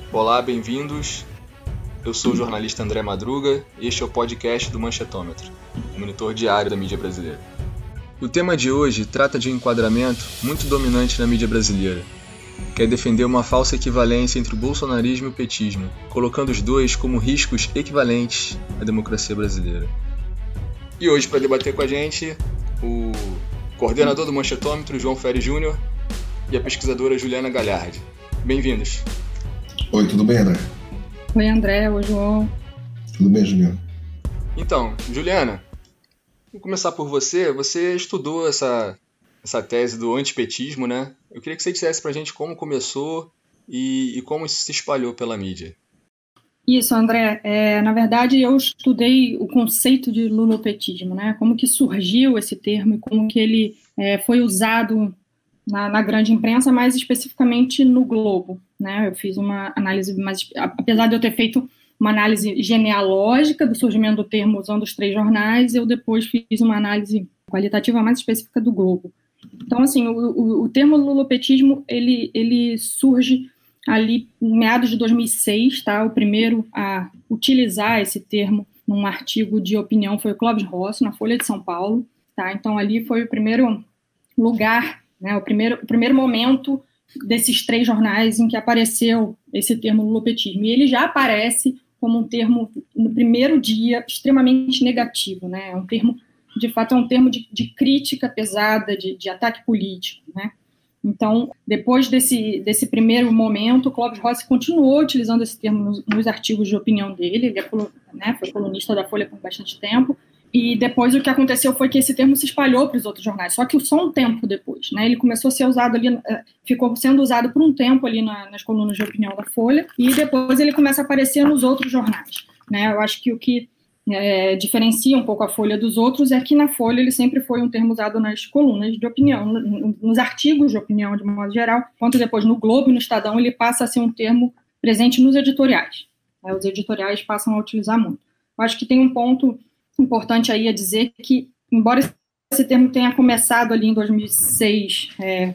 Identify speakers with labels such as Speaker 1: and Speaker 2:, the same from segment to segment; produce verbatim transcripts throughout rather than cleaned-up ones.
Speaker 1: Olá, bem-vindos. Eu sou o jornalista André Madruga e este é o podcast do Manchetômetro, o monitor diário da mídia brasileira. O tema de hoje trata de um enquadramento muito dominante na mídia brasileira, que é defender uma falsa equivalência entre o bolsonarismo e o petismo, colocando os dois como riscos equivalentes à democracia brasileira. E hoje, para debater com a gente, o coordenador do Manchetômetro, João Ferri Júnior, e a pesquisadora Juliana Galhardi. Bem-vindos.
Speaker 2: Oi, tudo bem, André?
Speaker 3: Oi, André. Oi, João.
Speaker 2: Tudo bem, Juliana?
Speaker 1: Então, Juliana, vou começar por você. Você estudou essa, essa tese do antipetismo, né? Eu queria que você dissesse pra gente como começou e, e como isso se espalhou pela mídia.
Speaker 3: Isso, André. É, na verdade, eu estudei o conceito de lulopetismo, né? Como que surgiu esse termo e como que ele é, foi usado na, na grande imprensa, mais especificamente no Globo, né? Eu fiz uma análise, mais, apesar de eu ter feito uma análise genealógica do surgimento do termo usando os três jornais, eu depois fiz uma análise qualitativa mais específica do Globo. Então, assim, o, o, o termo lulopetismo, ele, ele surge ali em meados de dois mil e seis, tá? O primeiro a utilizar esse termo num artigo de opinião foi o Clóvis Rossi, na Folha de São Paulo, tá? Então, ali foi o primeiro lugar, né? O primeiro, o primeiro momento desses três jornais em que apareceu esse termo lulopetismo. E ele já aparece como um termo, no primeiro dia, extremamente negativo, né? É um termo, de fato, é um termo de, de crítica pesada, de, de ataque político, né? Então, depois desse, desse primeiro momento, o Clóvis Rossi continuou utilizando esse termo nos, nos artigos de opinião dele, ele é, né, foi colunista da Folha por bastante tempo, e depois o que aconteceu foi que esse termo se espalhou para os outros jornais, só que só um tempo depois, né, ele começou a ser usado ali, ficou sendo usado por um tempo ali na, nas colunas de opinião da Folha, e depois ele começa a aparecer nos outros jornais, né, eu acho que o que É, diferencia um pouco a Folha dos outros é que na Folha ele sempre foi um termo usado nas colunas de opinião, nos artigos de opinião de modo geral, enquanto depois no Globo e no Estadão ele passa a ser um termo presente nos editoriais, né? Os editoriais passam a utilizar muito. Eu acho que tem um ponto importante aí a dizer que, embora esse termo tenha começado ali em dois mil e seis, é,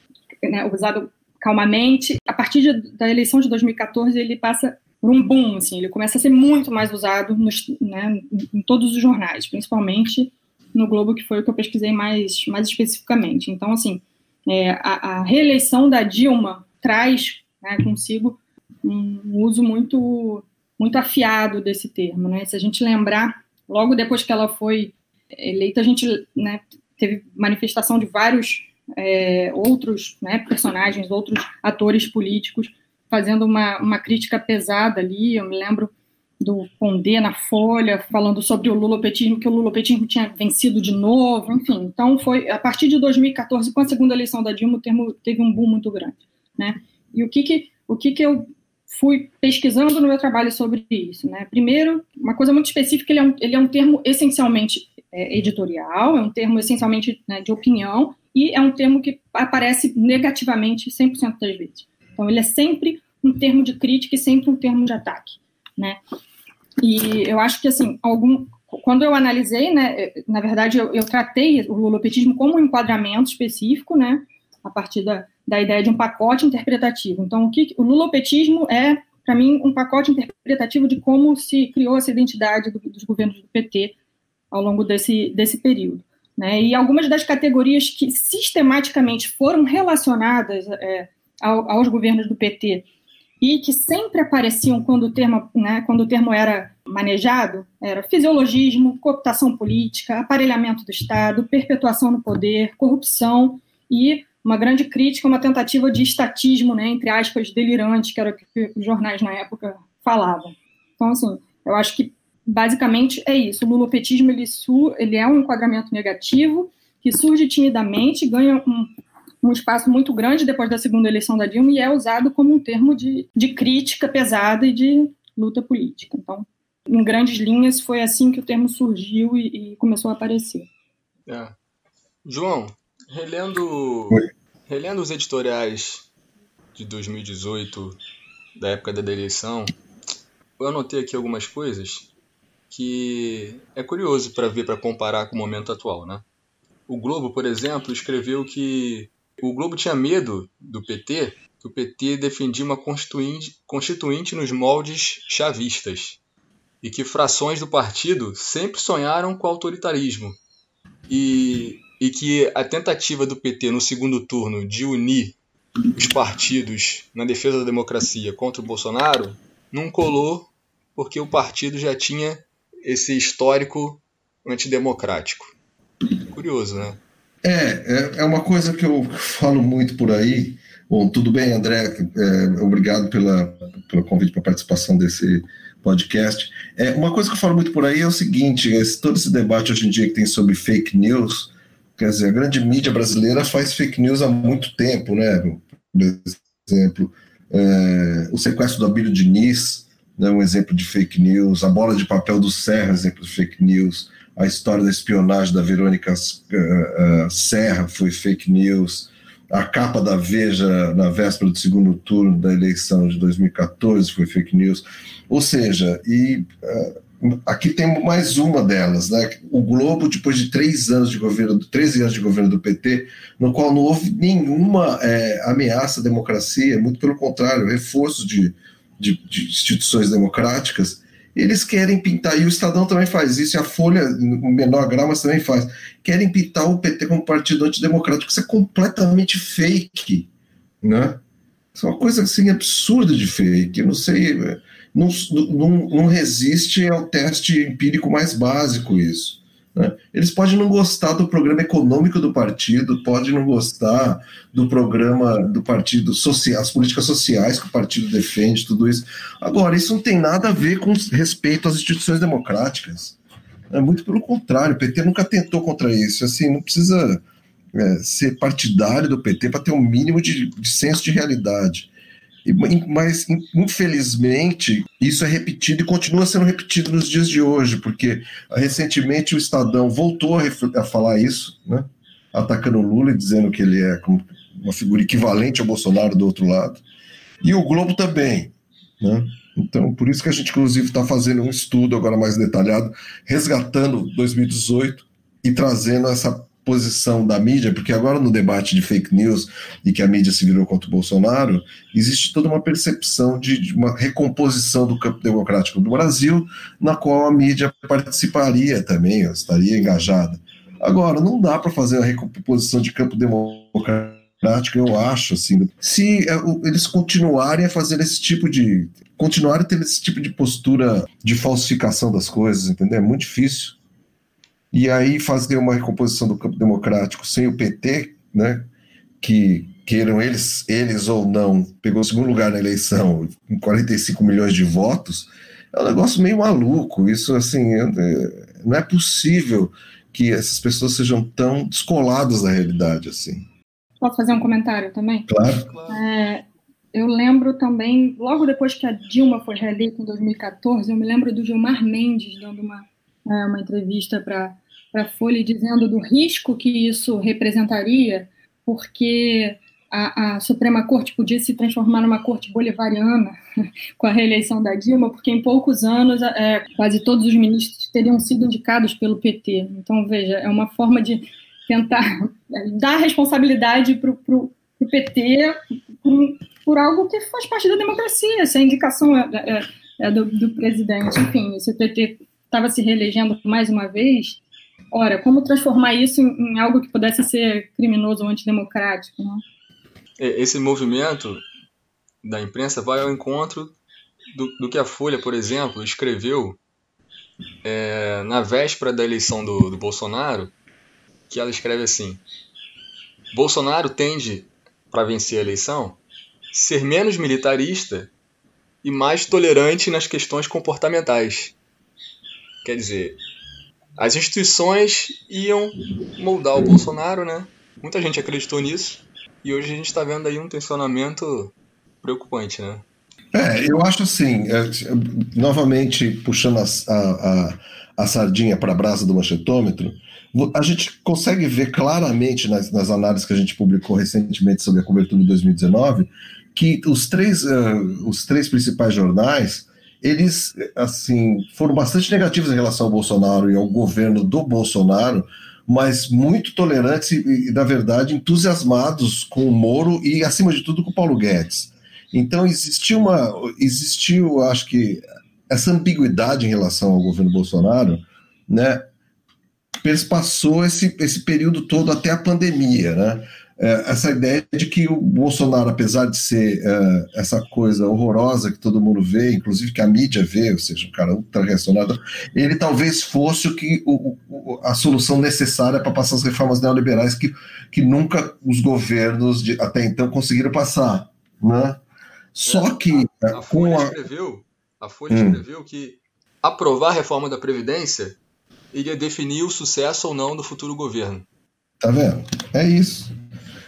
Speaker 3: né, usado calmamente, a partir de, da eleição de dois mil e catorze ele passa por um boom, assim, ele começa a ser muito mais usado nos, né, em todos os jornais, principalmente no Globo, que foi o que eu pesquisei mais, mais especificamente. Então, assim, é, a, a reeleição da Dilma traz, né, consigo um uso muito, muito afiado desse termo, né? Se a gente lembrar, logo depois que ela foi eleita, a gente, né, teve manifestação de vários é, outros, né, personagens, outros atores políticos fazendo uma, uma crítica pesada ali. Eu me lembro do Condé na Folha, falando sobre o lulopetismo, que o lulopetismo tinha vencido de novo, enfim. Então, foi a partir de dois mil e catorze, com a segunda eleição da Dilma, o termo teve um boom muito grande, né? E o que que, o que, que eu fui pesquisando no meu trabalho sobre isso, né? Primeiro, uma coisa muito específica, ele é um, ele é um termo essencialmente é, editorial, é um termo essencialmente, né, de opinião, e é um termo que aparece negativamente cem por cento das vezes. Então, ele é sempre um termo de crítica e sempre um termo de ataque, né? E eu acho que, assim, algum, quando eu analisei, né, na verdade, eu, eu tratei o lulopetismo como um enquadramento específico, né, a partir da, da ideia de um pacote interpretativo. Então, o, que, o lulopetismo é, para mim, um pacote interpretativo de como se criou essa identidade do, dos governos do P T ao longo desse, desse período, né? E algumas das categorias que sistematicamente foram relacionadas é, aos governos do P T e que sempre apareciam quando o termo, né, quando o termo era manejado, era fisiologismo, cooptação política, aparelhamento do Estado, perpetuação no poder, corrupção e uma grande crítica, uma tentativa de estatismo, né, entre aspas, delirante, que era o que os jornais na época falavam. Então, assim, eu acho que basicamente é isso. O lulopetismo, ele, ele é um enquadramento negativo que surge timidamente, ganha um um espaço muito grande depois da segunda eleição da Dilma e é usado como um termo de, de crítica pesada e de luta política. Então, em grandes linhas, foi assim que o termo surgiu e, e começou a aparecer.
Speaker 1: É. João, relendo, relendo os editoriais de dois mil e dezoito, da época da eleição, eu anotei aqui algumas coisas que é curioso para ver, para comparar com o momento atual, né? O Globo, por exemplo, escreveu que o Globo tinha medo do P T que o P T defendia uma constituinte, constituinte nos moldes chavistas e que frações do partido sempre sonharam com o autoritarismo e, e que a tentativa do P T no segundo turno de unir os partidos na defesa da democracia contra o Bolsonaro não colou porque o partido já tinha esse histórico antidemocrático. Curioso, né?
Speaker 2: É, é uma coisa que eu falo muito por aí. Bom, tudo bem, André, é, obrigado pela, pelo convite para a participação desse podcast. É, uma coisa que eu falo muito por aí é o seguinte, esse, todo esse debate hoje em dia que tem sobre fake news, quer dizer, a grande mídia brasileira faz fake news há muito tempo, né? Por exemplo, é, o sequestro do Abílio Diniz, né, um exemplo de fake news, a bola de papel do Serra, exemplo de fake news, a história da espionagem da Verônica uh, uh, Serra foi fake news, a capa da Veja na véspera do segundo turno da eleição de dois mil e quatorze foi fake news, ou seja, e uh, aqui tem mais uma delas, né? O Globo, depois de três anos de governo, treze anos de governo do P T, no qual não houve nenhuma é, ameaça à democracia, muito pelo contrário, reforço de, de, de instituições democráticas. Eles querem pintar, e o Estadão também faz isso, e a Folha, no menor grau, mas também faz, querem pintar o P T como partido antidemocrático. Isso é completamente fake, né? Isso é uma coisa assim absurda de fake. Eu não sei, não, não, não resiste ao teste empírico mais básico isso, né? Eles podem não gostar do programa econômico do partido, podem não gostar do programa do partido, social, as políticas sociais que o partido defende, tudo isso. Agora, isso não tem nada a ver com respeito às instituições democráticas. É muito pelo contrário, o P T nunca tentou contra isso. Assim, não precisa é, ser partidário do P T para ter um mínimo de, de senso de realidade. E, mas, infelizmente, isso é repetido e continua sendo repetido nos dias de hoje, porque recentemente o Estadão voltou a, a falar isso, né, atacando o Lula e dizendo que ele é uma figura equivalente ao Bolsonaro do outro lado, e o Globo também, né? Então, por isso que a gente, inclusive, está fazendo um estudo agora mais detalhado, resgatando dois mil e dezoito e trazendo essa posição da mídia, porque agora no debate de fake news e que a mídia se virou contra o Bolsonaro, existe toda uma percepção de, de uma recomposição do campo democrático do Brasil, na qual a mídia participaria também, estaria engajada. Agora, não dá para fazer uma recomposição de campo democrático, eu acho, assim, se eles continuarem a fazer esse tipo de... continuarem tendo esse tipo de postura de falsificação das coisas, entendeu? É muito difícil. E aí fazer uma recomposição do campo democrático sem o P T, né, que queiram eles, eles ou não, pegou o segundo lugar na eleição com quarenta e cinco milhões de votos, é um negócio meio maluco. Isso, assim, não é possível que essas pessoas sejam tão descoladas da realidade, assim.
Speaker 3: Posso fazer um comentário também?
Speaker 2: Claro.
Speaker 3: É, eu lembro também, logo depois que a Dilma foi reeleita em dois mil e quatorze, eu me lembro do Gilmar Mendes dando uma uma entrevista para a Folha dizendo do risco que isso representaria, porque a, a Suprema Corte podia se transformar numa corte bolivariana com a reeleição da Dilma, porque em poucos anos é, quase todos os ministros teriam sido indicados pelo P T. Então, veja, é uma forma de tentar dar responsabilidade para o P T por, por algo que faz parte da democracia. Essa indicação é, é, é do, do presidente. Enfim, se o P T estava se reelegendo mais uma vez, ora, como transformar isso em, em algo que pudesse ser criminoso ou antidemocrático, né?
Speaker 1: Esse movimento da imprensa vai ao encontro do, do que a Folha, por exemplo, escreveu é, na véspera da eleição do, do Bolsonaro, que ela escreve assim: Bolsonaro tende, para vencer a eleição, ser menos militarista e mais tolerante nas questões comportamentais. Quer dizer, as instituições iam moldar o Bolsonaro, né? Muita gente acreditou nisso e hoje a gente está vendo aí um tensionamento preocupante, né?
Speaker 2: É, eu acho assim, é, novamente puxando a, a, a sardinha para a brasa do manchetômetro, a gente consegue ver claramente nas, nas análises que a gente publicou recentemente sobre a cobertura de dois mil e dezenove que os três, uh, os três principais jornais, eles, assim, foram bastante negativos em relação ao Bolsonaro e ao governo do Bolsonaro, mas muito tolerantes e, e, na verdade, entusiasmados com o Moro e, acima de tudo, com o Paulo Guedes. Então, existiu, uma, existiu, acho que, essa ambiguidade em relação ao governo Bolsonaro, né, perspassou esse, esse período todo até a pandemia, né? É, essa ideia de que o Bolsonaro, apesar de ser é, essa coisa horrorosa que todo mundo vê, inclusive que a mídia vê, ou seja, um cara ultra reacionário, ele talvez fosse o que, o, o, a solução necessária para passar as reformas neoliberais que, que nunca os governos de, até então conseguiram passar, né? Só que...
Speaker 1: A, a Folha a... escreveu, a Folha hum. escreveu que aprovar a reforma da Previdência iria definir o sucesso ou não do futuro governo.
Speaker 2: Tá vendo? É isso.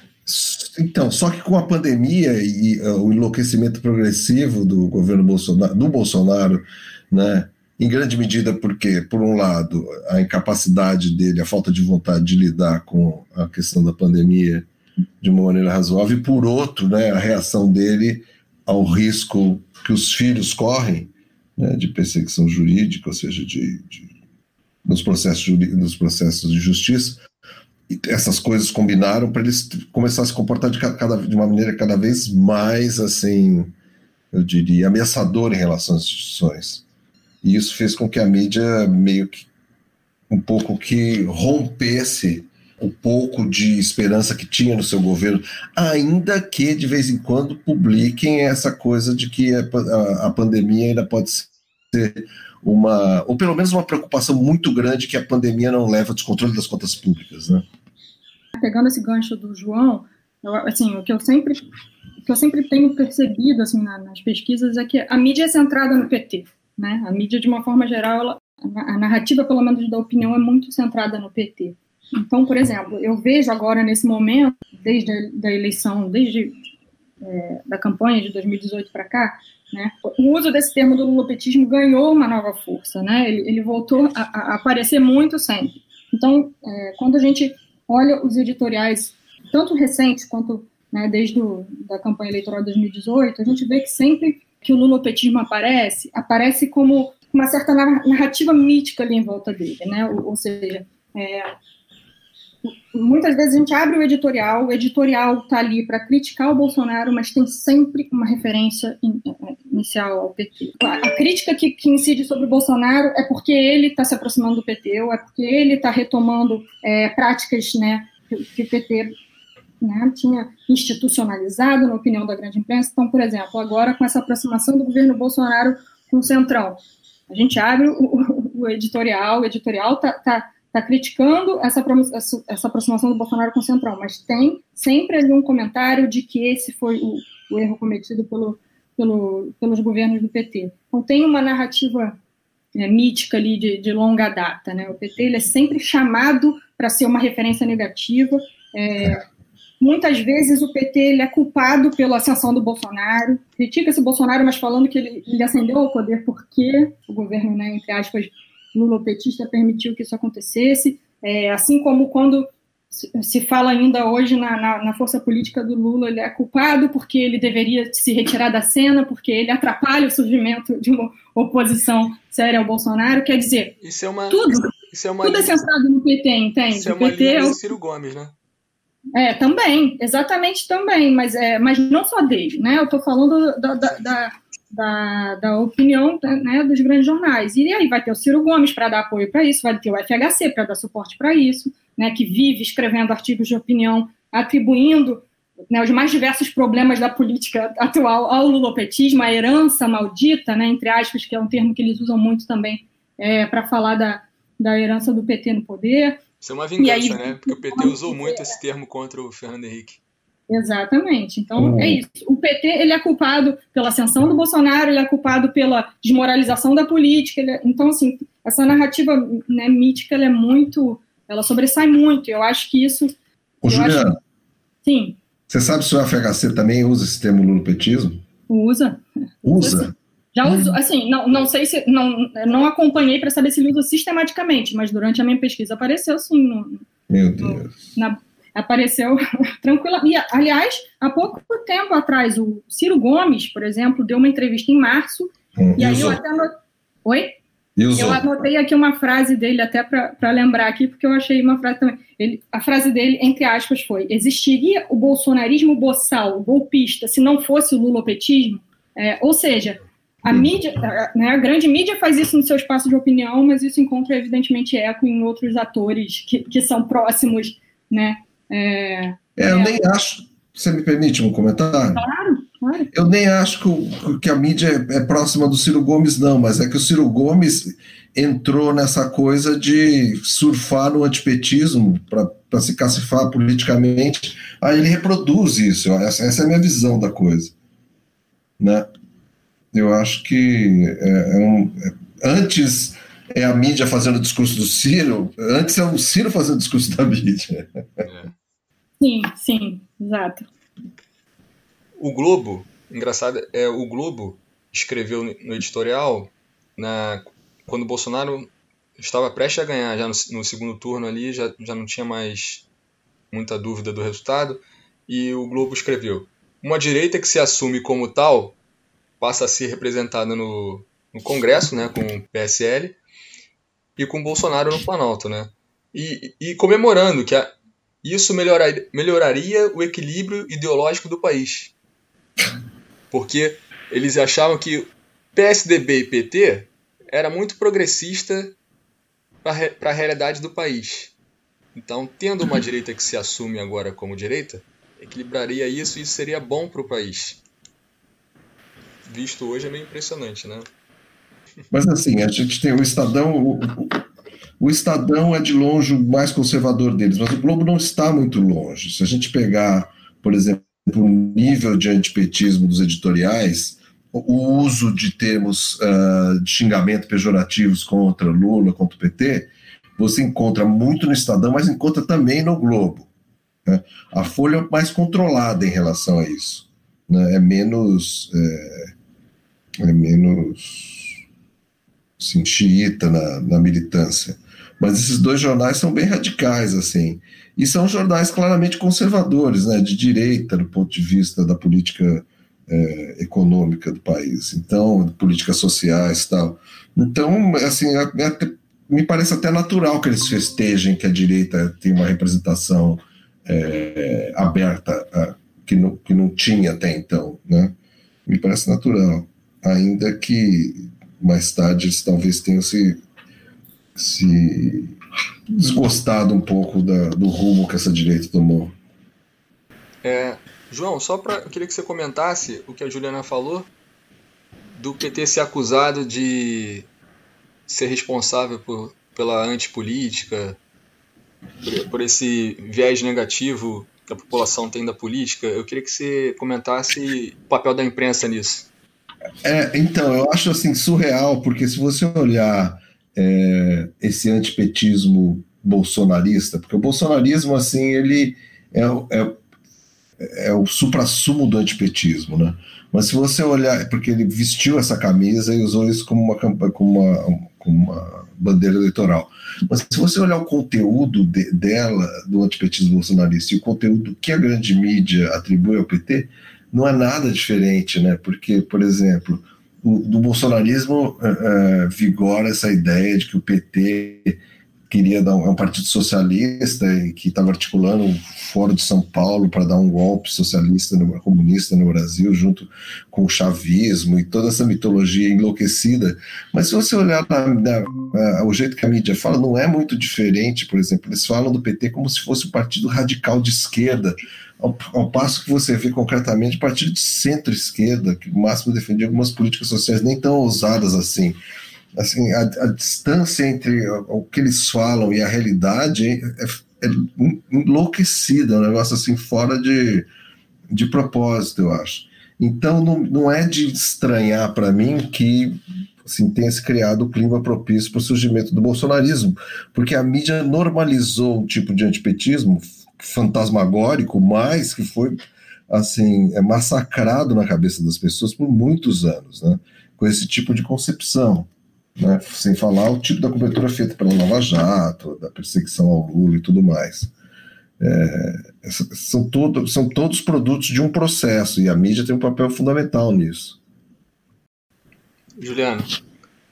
Speaker 2: Então, só que com a pandemia e uh, o enlouquecimento progressivo do governo Bolsonaro, do Bolsonaro, né, em grande medida porque, por um lado, a incapacidade dele, a falta de vontade de lidar com a questão da pandemia de uma maneira razoável, e por outro, né, a reação dele ao risco que os filhos correm, né, de perseguição jurídica, ou seja, de, de, nos, processos, nos processos de justiça. Essas coisas combinaram para eles começar a se comportar de, cada, de uma maneira cada vez mais, assim, eu diria, ameaçadora em relação às instituições. E isso fez com que a mídia meio que, um pouco que rompesse o pouco de esperança que tinha no seu governo, ainda que de vez em quando publiquem essa coisa de que a, a, a pandemia ainda pode ser uma, ou pelo menos uma preocupação muito grande que a pandemia não leva ao descontrole das contas públicas, né?
Speaker 3: Pegando esse gancho do João, eu, assim, o que eu sempre, o que eu sempre tenho percebido assim, na, nas pesquisas é que a mídia é centrada no P T, né? A mídia, de uma forma geral, ela, a narrativa, pelo menos da opinião, é muito centrada no P T. Então, por exemplo, eu vejo agora, nesse momento, desde a da eleição, desde é, da campanha de dois mil e dezoito para cá, né, o uso desse termo do lulopetismo ganhou uma nova força, né? Ele, ele voltou a, a aparecer muito sempre. Então, é, quando a gente olha os editoriais, tanto recentes quanto, né, desde a da campanha eleitoral de dois mil e dezoito, a gente vê que sempre que o lulopetismo aparece, aparece como uma certa narrativa mítica ali em volta dele, né? Ou, ou seja, é, muitas vezes a gente abre o editorial, o editorial está ali para criticar o Bolsonaro, mas tem sempre uma referência in, inicial ao P T. A, a crítica que, que incide sobre o Bolsonaro é porque ele está se aproximando do P T, ou é porque ele está retomando é, práticas, né, que, que o P T, né, tinha institucionalizado na opinião da grande imprensa. Então, por exemplo, agora com essa aproximação do governo Bolsonaro com o Centrão, a gente abre o, o, o editorial, o editorial está... Tá, está criticando essa, essa, essa aproximação do Bolsonaro com o Centrão, mas tem sempre ali um comentário de que esse foi o, o erro cometido pelo, pelo, pelos governos do P T. Então tem uma narrativa é, mítica ali de, de longa data, né? O P T ele é sempre chamado para ser uma referência negativa. É, muitas vezes o P T ele é culpado pela ascensão do Bolsonaro, critica-se o Bolsonaro, mas falando que ele, ele ascendeu ao poder porque o governo, né, entre aspas, lulopetista permitiu que isso acontecesse, é, assim como quando se fala ainda hoje na, na, na força política do Lula, ele é culpado porque ele deveria se retirar da cena, porque ele atrapalha o surgimento de uma oposição séria ao Bolsonaro. Quer dizer,
Speaker 1: isso é uma,
Speaker 3: tudo,
Speaker 1: isso é, uma
Speaker 3: tudo é centrado no P T, entende?
Speaker 1: Isso é
Speaker 3: uma
Speaker 1: uma
Speaker 3: P T
Speaker 1: linha
Speaker 3: é o...
Speaker 1: do Ciro Gomes, né?
Speaker 3: É, também, exatamente também, mas, é, mas não só dele, né? Eu estou falando da, da, da, da, da opinião, né, dos grandes jornais. E aí vai ter o Ciro Gomes para dar apoio para isso, vai ter o F H C para dar suporte para isso, né, que vive escrevendo artigos de opinião, atribuindo, né, os mais diversos problemas da política atual ao lulopetismo, a herança maldita, né, entre aspas, que é um termo que eles usam muito também é, para falar da, da herança do P T no poder.
Speaker 1: Isso é uma vingança, aí, né? Porque o P T usou muito esse termo contra o Fernando Henrique.
Speaker 3: Exatamente. Então, é isso. O P T ele é culpado pela ascensão do Bolsonaro, ele é culpado pela desmoralização da política. Ele é... Então, assim, essa narrativa, né, mítica, ela é muito... Ela sobressai muito. Eu acho que isso...
Speaker 2: Ô, Juliana,
Speaker 3: acho... Sim.
Speaker 2: Você sabe se o F H C também usa esse termo lulopetismo?
Speaker 3: Usa.
Speaker 2: Usa?
Speaker 3: Já uso, assim, não, não sei se, não, não acompanhei para saber se ele usa sistematicamente, mas durante a minha pesquisa apareceu sim. No,
Speaker 2: Meu Deus.
Speaker 3: No, na, apareceu tranquila. E, aliás, há pouco tempo atrás, o Ciro Gomes, por exemplo, deu uma entrevista em março, hum, e aí usou. eu até... No... Oi? Eu anotei aqui uma frase dele até para lembrar aqui, porque eu achei uma frase também. Ele, a frase dele, entre aspas, foi: existiria o bolsonarismo boçal, golpista, se não fosse o lulopetismo? É, ou seja, a mídia, né, a grande mídia faz isso no seu espaço de opinião, mas isso encontra evidentemente eco em outros atores que, que são próximos, né? É,
Speaker 2: é, eu
Speaker 3: é...
Speaker 2: nem acho. Você me permite um comentário?
Speaker 3: Claro, claro.
Speaker 2: Eu nem acho que, o, que a mídia é próxima do Ciro Gomes, não, mas é que o Ciro Gomes entrou nessa coisa de surfar no antipetismo para se cacifar politicamente. Aí ele reproduz isso. Essa, essa é a minha visão da coisa, né? Eu acho que é, é um, é, antes é a mídia fazendo o discurso do Ciro, antes é o Ciro fazendo o discurso da mídia.
Speaker 1: É.
Speaker 3: Sim, sim, exato.
Speaker 1: O Globo, engraçado, é, o Globo escreveu no editorial, na, quando o Bolsonaro estava prestes a ganhar, já no, no segundo turno ali, já, já não tinha mais muita dúvida do resultado, e o Globo escreveu: uma direita que se assume como tal passa a ser representada no, no Congresso, né, com o P S L, e com o Bolsonaro no Planalto, né? E, e comemorando que a, isso melhoraria, melhoraria o equilíbrio ideológico do país. Porque eles achavam que P S D B e P T era muito progressista para a realidade do país. Então, tendo uma direita que se assume agora como direita, equilibraria isso e isso seria bom para o país. Visto hoje é meio impressionante, né?
Speaker 2: Mas assim, a gente tem o Estadão, o, o, o Estadão é de longe o mais conservador deles, mas o Globo não está muito longe. Se a gente pegar, por exemplo, o nível de antipetismo dos editoriais, o uso de termos uh, de xingamento pejorativos contra Lula, contra o P T, você encontra muito no Estadão, mas encontra também no Globo, né? A Folha é mais controlada em relação a isso, né? É menos é, é menos assim, xiita na, na militância. Mas esses dois jornais são bem radicais, assim, e são jornais claramente conservadores, né, de direita do ponto de vista da política é, econômica do país, então, políticas sociais e tal. Então, assim, é, é, me parece até natural que eles festejem que a direita tem uma representação é, aberta, a, que, não, que não tinha até então, né? Me parece natural, ainda que mais tarde eles talvez tenham se se desgostado um pouco da, do rumo que essa direita tomou.
Speaker 1: É, João, só para eu queria que você comentasse o que a Juliana falou do P T ser acusado de ser responsável por, pela antipolítica, por, por esse viés negativo que a população tem da política. Eu queria que você comentasse o papel da imprensa nisso.
Speaker 2: É, então, eu acho assim surreal, porque se você olhar É, esse antipetismo bolsonarista, porque o bolsonarismo, assim, ele é, é, é o suprassumo do antipetismo, né? Mas se você olhar, porque ele vestiu essa camisa e usou isso como uma, como uma, como uma bandeira eleitoral, mas se você olhar o conteúdo de, dela, do antipetismo bolsonarista, e o conteúdo que a grande mídia atribui ao P T, não é nada diferente, né? Porque, por exemplo, O, do bolsonarismo uh, vigora essa ideia de que o P T queria dar um, é um partido socialista e que estava articulando o Fórum de São Paulo para dar um golpe socialista, no, comunista no Brasil, junto com o chavismo e toda essa mitologia enlouquecida. Mas se você olhar na, na, uh, o jeito que a mídia fala, não é muito diferente. Por exemplo, eles falam do P T como se fosse um partido radical de esquerda, Ao, ao passo que você vê concretamente partido de centro-esquerda, que no máximo defendia algumas políticas sociais nem tão ousadas assim. Assim, a, a distância entre o, o que eles falam e a realidade é, é enlouquecida, um negócio assim fora de, de propósito, eu acho. Então não, não é de estranhar para mim que assim, tenha se criado o clima propício para o surgimento do bolsonarismo, porque a mídia normalizou um tipo de antipetismo fantasmagórico, mas que foi assim, é massacrado na cabeça das pessoas por muitos anos, né? Com esse tipo de concepção, né? Sem falar o tipo da cobertura feita pela Lava Jato, da perseguição ao Lula e tudo mais. É, são, todo, são todos produtos de um processo, e a mídia tem um papel fundamental nisso.
Speaker 1: Juliano.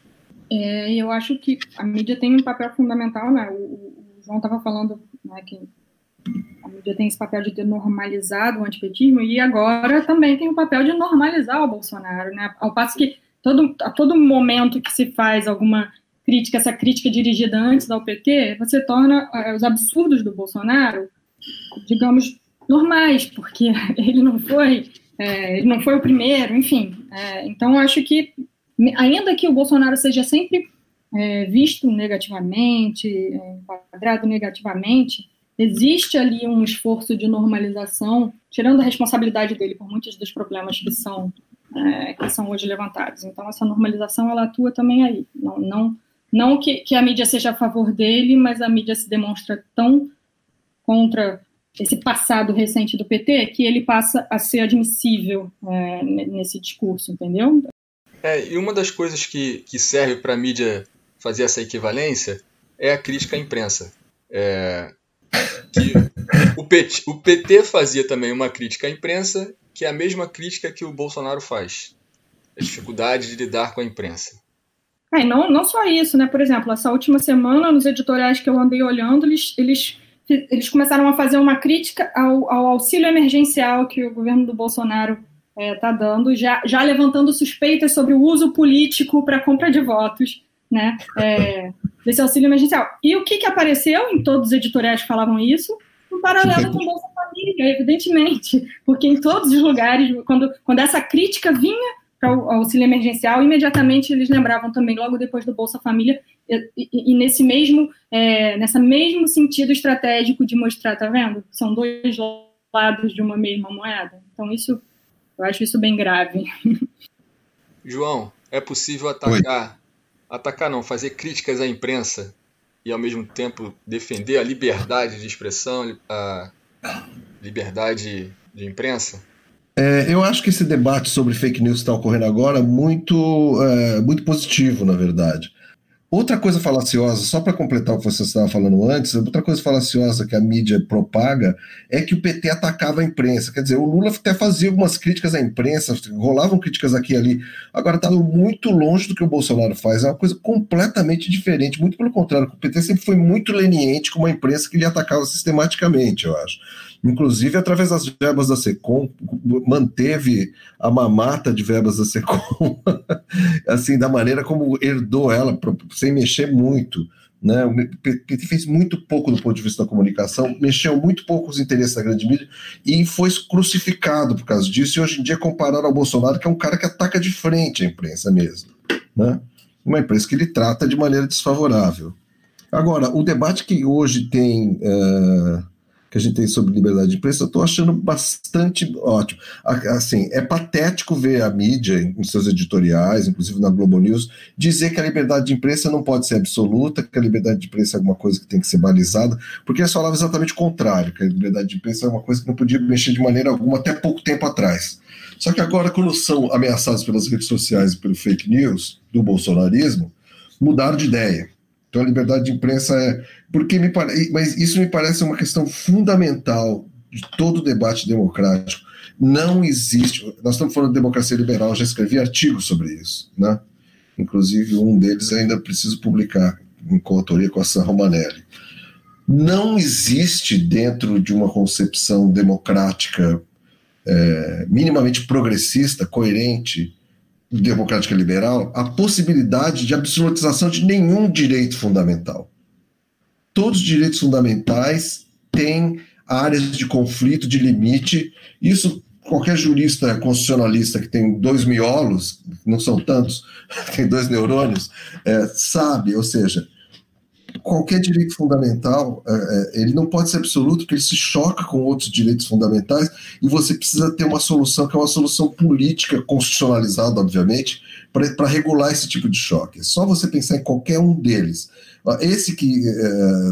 Speaker 3: É, eu acho que a mídia tem um papel fundamental, né? O, o João estava falando, né, que a mídia tem esse papel de ter normalizado o antipetismo e agora também tem o papel de normalizar o Bolsonaro, né? Ao passo que todo, a todo momento que se faz alguma crítica, essa crítica dirigida antes ao P T, você torna uh, os absurdos do Bolsonaro, digamos, normais, porque ele não foi, é, ele não foi o primeiro, enfim. É, então, eu acho que, ainda que o Bolsonaro seja sempre é, visto negativamente, é, enquadrado negativamente, existe ali um esforço de normalização, tirando a responsabilidade dele por muitos dos problemas que são, é, que são hoje levantados. Então, essa normalização, ela atua também aí. Não, não, não que, que a mídia seja a favor dele, mas a mídia se demonstra tão contra esse passado recente do P T que ele passa a ser admissível é, nesse discurso, entendeu?
Speaker 1: É, e uma das coisas que, que serve para a mídia fazer essa equivalência é a crítica à imprensa. É, que o, P T, o P T fazia também uma crítica à imprensa, que é a mesma crítica que o Bolsonaro faz. A dificuldade de lidar com a imprensa.
Speaker 3: É, não, não só isso, né? Por exemplo, essa última semana, nos editoriais que eu andei olhando, eles, eles, eles começaram a fazer uma crítica ao, ao auxílio emergencial que o governo do Bolsonaro está é, dando, já, já levantando suspeitas sobre o uso político para compra de votos, né? É, desse auxílio emergencial. E o que, que apareceu em todos os editoriais que falavam isso? Um paralelo com o Bolsa Família, evidentemente, porque em todos os lugares, quando, quando essa crítica vinha para o auxílio emergencial, imediatamente eles lembravam também, logo depois do Bolsa Família, e, e, e nesse mesmo, é, nessa mesmo sentido estratégico de mostrar, tá vendo? São dois lados de uma mesma moeda. Então, isso, eu acho isso bem grave.
Speaker 1: João, é possível atacar, Oi. atacar não, fazer críticas à imprensa e, ao mesmo tempo, defender a liberdade de expressão, a liberdade de imprensa?
Speaker 2: É, eu acho que esse debate sobre fake news que está ocorrendo agora é muito, é, muito positivo, na verdade. Outra coisa falaciosa, só para completar o que você estava falando antes, outra coisa falaciosa que a mídia propaga é que o P T atacava a imprensa. Quer dizer, o Lula até fazia algumas críticas à imprensa, rolavam críticas aqui e ali. Agora está muito longe do que o Bolsonaro faz, é uma coisa completamente diferente. Muito pelo contrário, o P T sempre foi muito leniente com uma imprensa que ele atacava sistematicamente, eu acho. Inclusive, através das verbas da SECOM, manteve a mamata de verbas da SECOM, assim, da maneira como herdou ela, sem mexer muito. Né? O P T fez muito pouco do ponto de vista da comunicação, mexeu muito pouco com os interesses da grande mídia e foi crucificado por causa disso. E hoje em dia, comparado ao Bolsonaro, que é um cara que ataca de frente a imprensa mesmo. Né? Uma imprensa que ele trata de maneira desfavorável. Agora, o debate que hoje tem... Uh, que a gente tem sobre liberdade de imprensa, eu estou achando bastante ótimo. Assim, é patético ver a mídia, em seus editoriais, inclusive na Globo News, dizer que a liberdade de imprensa não pode ser absoluta, que a liberdade de imprensa é alguma coisa que tem que ser balizada, porque eles falavam exatamente o contrário, que a liberdade de imprensa é uma coisa que não podia mexer de maneira alguma até pouco tempo atrás. Só que agora, quando são ameaçados pelas redes sociais e pelo fake news do bolsonarismo, mudaram de ideia. Então a liberdade de imprensa é... Porque me pare... Mas isso me parece uma questão fundamental de todo o debate democrático. Não existe... Nós estamos falando de democracia liberal, já escrevi artigos sobre isso, né? Inclusive um deles ainda preciso publicar, em coautoria com a Sam Romanelli. Não existe dentro de uma concepção democrática é, minimamente progressista, coerente, democrática liberal, a possibilidade de absolutização de nenhum direito fundamental. Todos os direitos fundamentais têm áreas de conflito, de limite. Isso qualquer jurista constitucionalista que tem dois miolos, não são tantos, tem dois neurônios, é, sabe, ou seja, qualquer direito fundamental, é, ele não pode ser absoluto, porque ele se choca com outros direitos fundamentais e você precisa ter uma solução que é uma solução política, constitucionalizada, obviamente, para regular esse tipo de choque. É só você pensar em qualquer um deles. Esse que, é,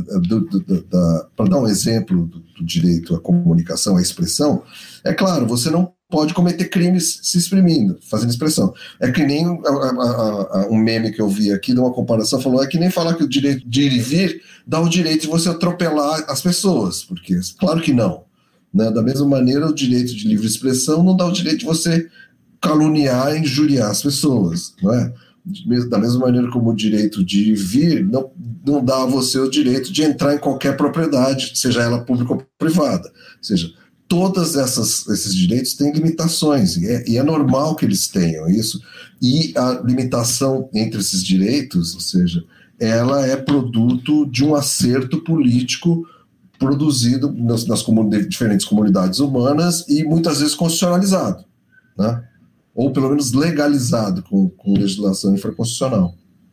Speaker 2: para dar um exemplo do, do direito à comunicação, à expressão, é claro, você não pode cometer crimes se exprimindo, fazendo expressão. É que nem a, a, a, um meme que eu vi aqui, de uma comparação, falou, é que nem falar que o direito de ir e vir dá o direito de você atropelar as pessoas, porque claro que não. Né? Da mesma maneira, o direito de livre expressão não dá o direito de você caluniar e injuriar as pessoas. Não é? da mesma maneira como o direito de vir não, não dá a você o direito de entrar em qualquer propriedade, seja ela pública ou privada. Ou seja, todos esses direitos têm limitações, e é, e é normal que eles tenham isso, e a limitação entre esses direitos, ou seja, ela é produto de um acerto político produzido nas, nas comunidades, diferentes comunidades humanas e muitas vezes constitucionalizado, né? Ou pelo menos legalizado com, com legislação infraconstitucional.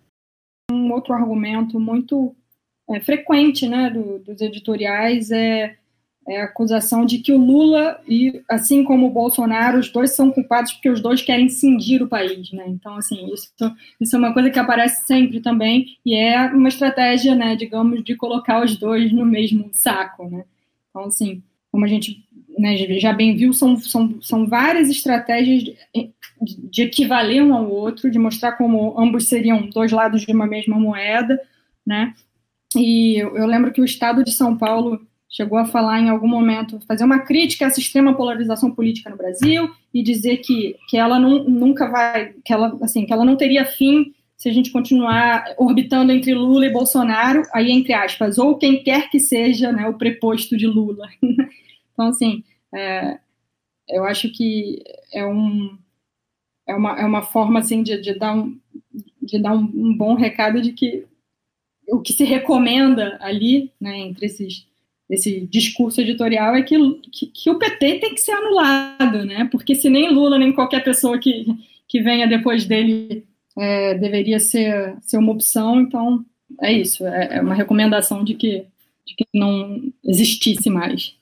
Speaker 3: Um outro argumento muito é, frequente, né, do, dos editoriais é, é a acusação de que o Lula, e assim como o Bolsonaro, os dois são culpados porque os dois querem cindir o país, né? Então, assim, isso, isso é uma coisa que aparece sempre também, e é uma estratégia, né, digamos, de colocar os dois no mesmo saco, né? Então, assim, como a gente, né, já bem viu, são, são, são várias estratégias de, de equivaler um ao outro, de mostrar como ambos seriam dois lados de uma mesma moeda, né? E eu, eu lembro que o Estado de São Paulo chegou a falar em algum momento, fazer uma crítica à extrema polarização política no Brasil e dizer que, que ela não, nunca vai, que ela, assim, que ela não teria fim se a gente continuar orbitando entre Lula e Bolsonaro, aí entre aspas, ou quem quer que seja, né, o preposto de Lula. Então, assim, é, eu acho que é, um, é, uma, é uma forma, assim, de, de dar, um, de dar um, um bom recado de que o que se recomenda ali, né, entre esses, esse discurso editorial é que, que, que o P T tem que ser anulado, né, porque se nem Lula, nem qualquer pessoa que, que venha depois dele é, deveria ser, ser uma opção, então é isso, é, é uma recomendação de que, de que não existisse mais.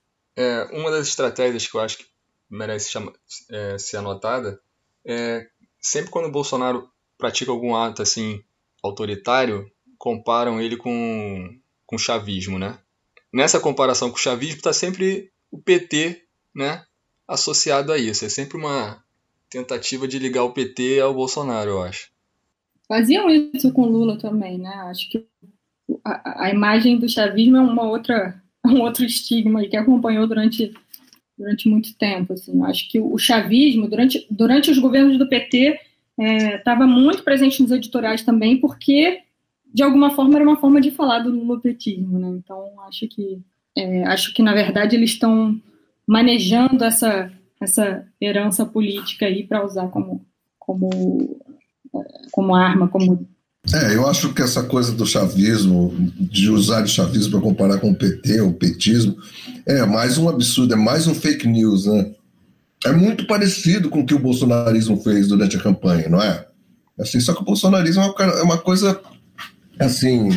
Speaker 1: É, uma das estratégias que eu acho que merece chama, é, ser anotada é sempre quando o Bolsonaro pratica algum ato assim autoritário, comparam ele com com chavismo, né? Nessa comparação com o chavismo está sempre o P T, né, associado a isso. É sempre uma tentativa de ligar o P T ao Bolsonaro, eu acho.
Speaker 3: Faziam isso com Lula também, né? Acho que a, a imagem do chavismo é uma outra um outro estigma que acompanhou durante, durante muito tempo. Assim. Acho que o chavismo, durante, durante os governos do P T, estava é, muito presente nos editoriais também, porque, de alguma forma, era uma forma de falar do lulopetismo. Né? Então, acho que, é, acho que, na verdade, eles estão manejando essa, essa herança política aí para usar como, como, como arma, como...
Speaker 2: É, eu acho que essa coisa do chavismo, de usar o chavismo para comparar com o P T, o petismo, é mais um absurdo, é mais um fake news, né? É muito parecido com o que o bolsonarismo fez durante a campanha, não é? Assim, só que o bolsonarismo é uma coisa, assim,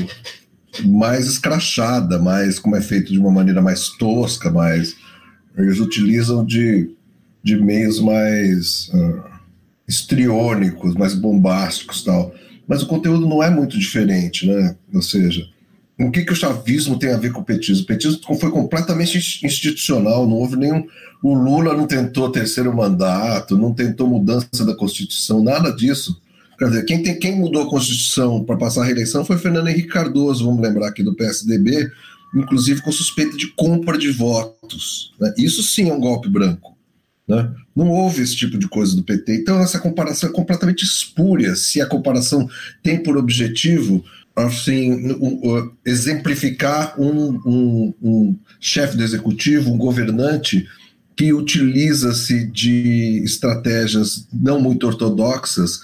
Speaker 2: mais escrachada, mais, como é feito de uma maneira mais tosca, mais... Eles utilizam de, de meios mais uh, histriônicos, mais bombásticos e tal. Mas o conteúdo não é muito diferente, né? Ou seja, o que, que o chavismo tem a ver com o petismo? O petismo foi completamente institucional, não houve nenhum... O Lula não tentou terceiro mandato, não tentou mudança da Constituição, nada disso. Quer dizer, quem, tem, quem mudou a Constituição para passar a reeleição foi Fernando Henrique Cardoso, vamos lembrar aqui do P S D B, inclusive com suspeita de compra de votos. Né? Isso sim é um golpe branco. Né? Não houve esse tipo de coisa do P T. Então essa comparação é completamente espúria, se a comparação tem por objetivo assim, um, um, exemplificar um, um, um chefe do executivo, um governante que utiliza-se de estratégias não muito ortodoxas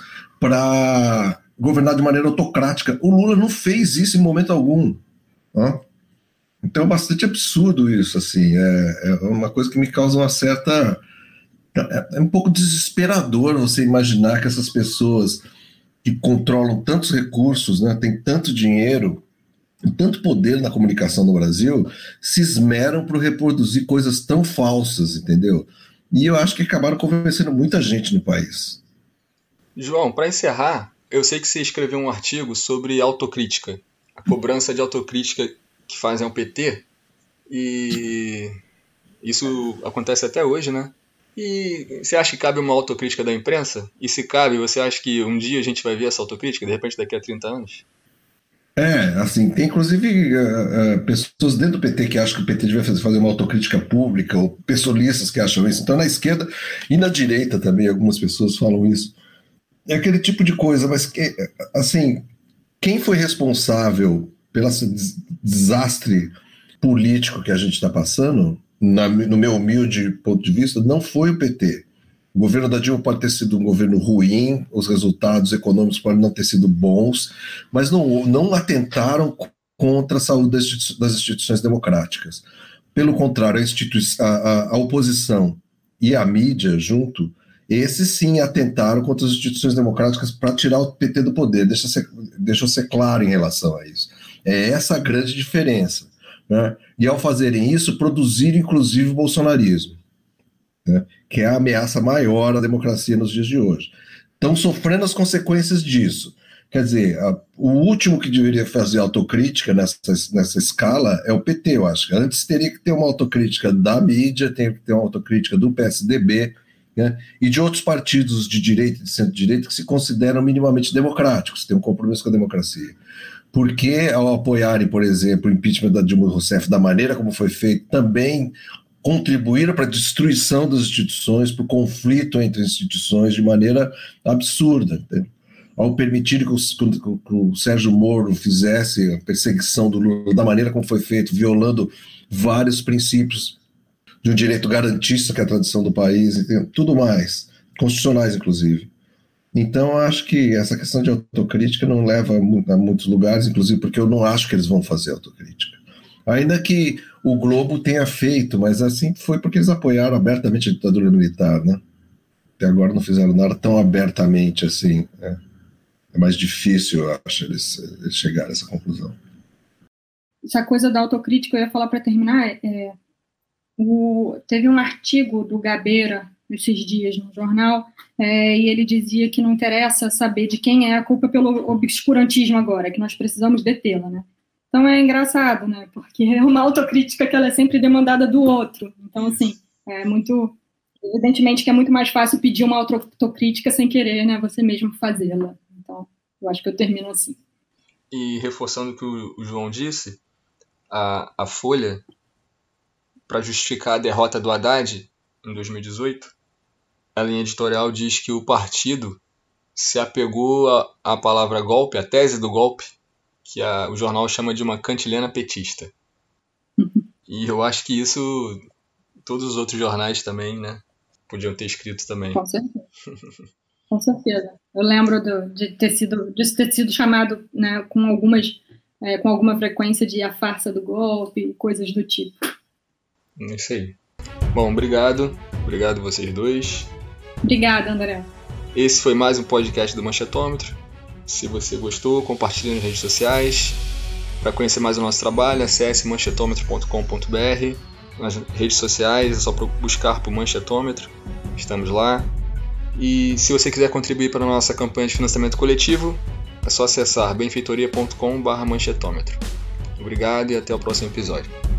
Speaker 2: para governar de maneira autocrática. O Lula não fez isso em momento algum. Né? Então é bastante absurdo isso. Assim, é, é uma coisa que me causa uma certa... É um pouco desesperador você imaginar que essas pessoas que controlam tantos recursos, né, têm tanto dinheiro, tanto poder na comunicação no Brasil, se esmeram para reproduzir coisas tão falsas, entendeu? E eu acho que acabaram convencendo muita gente no país.
Speaker 1: João, para encerrar, eu sei que você escreveu um artigo sobre autocrítica, a cobrança de autocrítica que fazem ao P T, e isso acontece até hoje, né? E você acha que cabe uma autocrítica da imprensa? E se cabe, você acha que um dia a gente vai ver essa autocrítica, de repente daqui a trinta anos?
Speaker 2: É, assim, tem inclusive uh, uh, pessoas dentro do P T que acham que o P T devia fazer uma autocrítica pública, ou pessoalistas que acham isso. Então, na esquerda e na direita também, algumas pessoas falam isso. é aquele tipo de coisa, mas que, assim, quem foi responsável pelo desastre político que a gente está passando, na, no meu humilde ponto de vista, não foi o P T. O governo da Dilma pode ter sido um governo ruim, os resultados econômicos podem não ter sido bons, mas não, não atentaram contra a saúde das, instituições, das instituições democráticas. Pelo contrário, a, institui- a, a, a oposição e a mídia junto, esses sim atentaram contra as instituições democráticas para tirar o P T do poder. Deixa, ser, deixa eu ser claro em relação a isso. É essa a grande diferença. Né? E ao fazerem isso, produziram inclusive o bolsonarismo, né? Que é a ameaça maior à democracia nos dias de hoje. Estão sofrendo as consequências disso. Quer dizer, a, o último que deveria fazer autocrítica nessa, nessa escala é o P T, eu acho. Antes teria que ter uma autocrítica da mídia, teria que ter uma autocrítica do P S D B, né? E de outros partidos de direita e de centro-direita que se consideram minimamente democráticos, têm um compromisso com a democracia. Porque ao apoiarem, por exemplo, o impeachment da Dilma Rousseff da maneira como foi feito, também contribuíram para a destruição das instituições, para o conflito entre instituições de maneira absurda. Entendeu? Ao permitir que o, que o Sérgio Moro fizesse a perseguição do Lula da maneira como foi feito, violando vários princípios de um direito garantista, que é a tradição do país, entendeu? Tudo mais, constitucionais inclusive. Então, acho que essa questão de autocrítica não leva a muitos lugares, inclusive porque eu não acho que eles vão fazer autocrítica. Ainda que o Globo tenha feito, mas assim foi porque eles apoiaram abertamente a ditadura militar, né? Até agora não fizeram nada tão abertamente assim, né? É mais difícil, eu acho, eles, eles chegarem a essa conclusão.
Speaker 3: Essa coisa da autocrítica, eu ia falar para terminar, é, o, teve um artigo do Gabeira, esses dias no jornal, é, e ele dizia que não interessa saber de quem é a culpa pelo obscurantismo agora, que nós precisamos detê-la, né? Então é engraçado, né? Porque é uma autocrítica que ela é sempre demandada do outro. Então, assim, é muito... Evidentemente que é muito mais fácil pedir uma autocrítica sem querer, né? Você mesmo fazê-la. Então, eu acho que eu termino assim.
Speaker 1: E reforçando o que o João disse, a, a Folha, para justificar a derrota do Haddad em dois mil e dezoito, a linha editorial diz que o partido se apegou à palavra golpe, à tese do golpe, que a, o jornal chama de uma cantilena petista. E eu acho que isso todos os outros jornais também, né, podiam ter escrito também.
Speaker 3: Com certeza. Com certeza. Eu lembro do, de ter sido, de ter sido chamado, né, com, algumas, é, com alguma frequência de a farsa do golpe, coisas do tipo.
Speaker 1: É isso aí. Bom, obrigado. Obrigado vocês dois.
Speaker 3: Obrigada, André.
Speaker 1: Esse foi mais um podcast do Manchetômetro. Se você gostou, compartilhe nas redes sociais. Para conhecer mais o nosso trabalho, acesse manchetômetro ponto com ponto b r. Nas redes sociais é só buscar por Manchetômetro. Estamos lá. E se você quiser contribuir para a nossa campanha de financiamento coletivo, é só acessar benfeitoria ponto com barra manchetômetro. Obrigado e até o próximo episódio.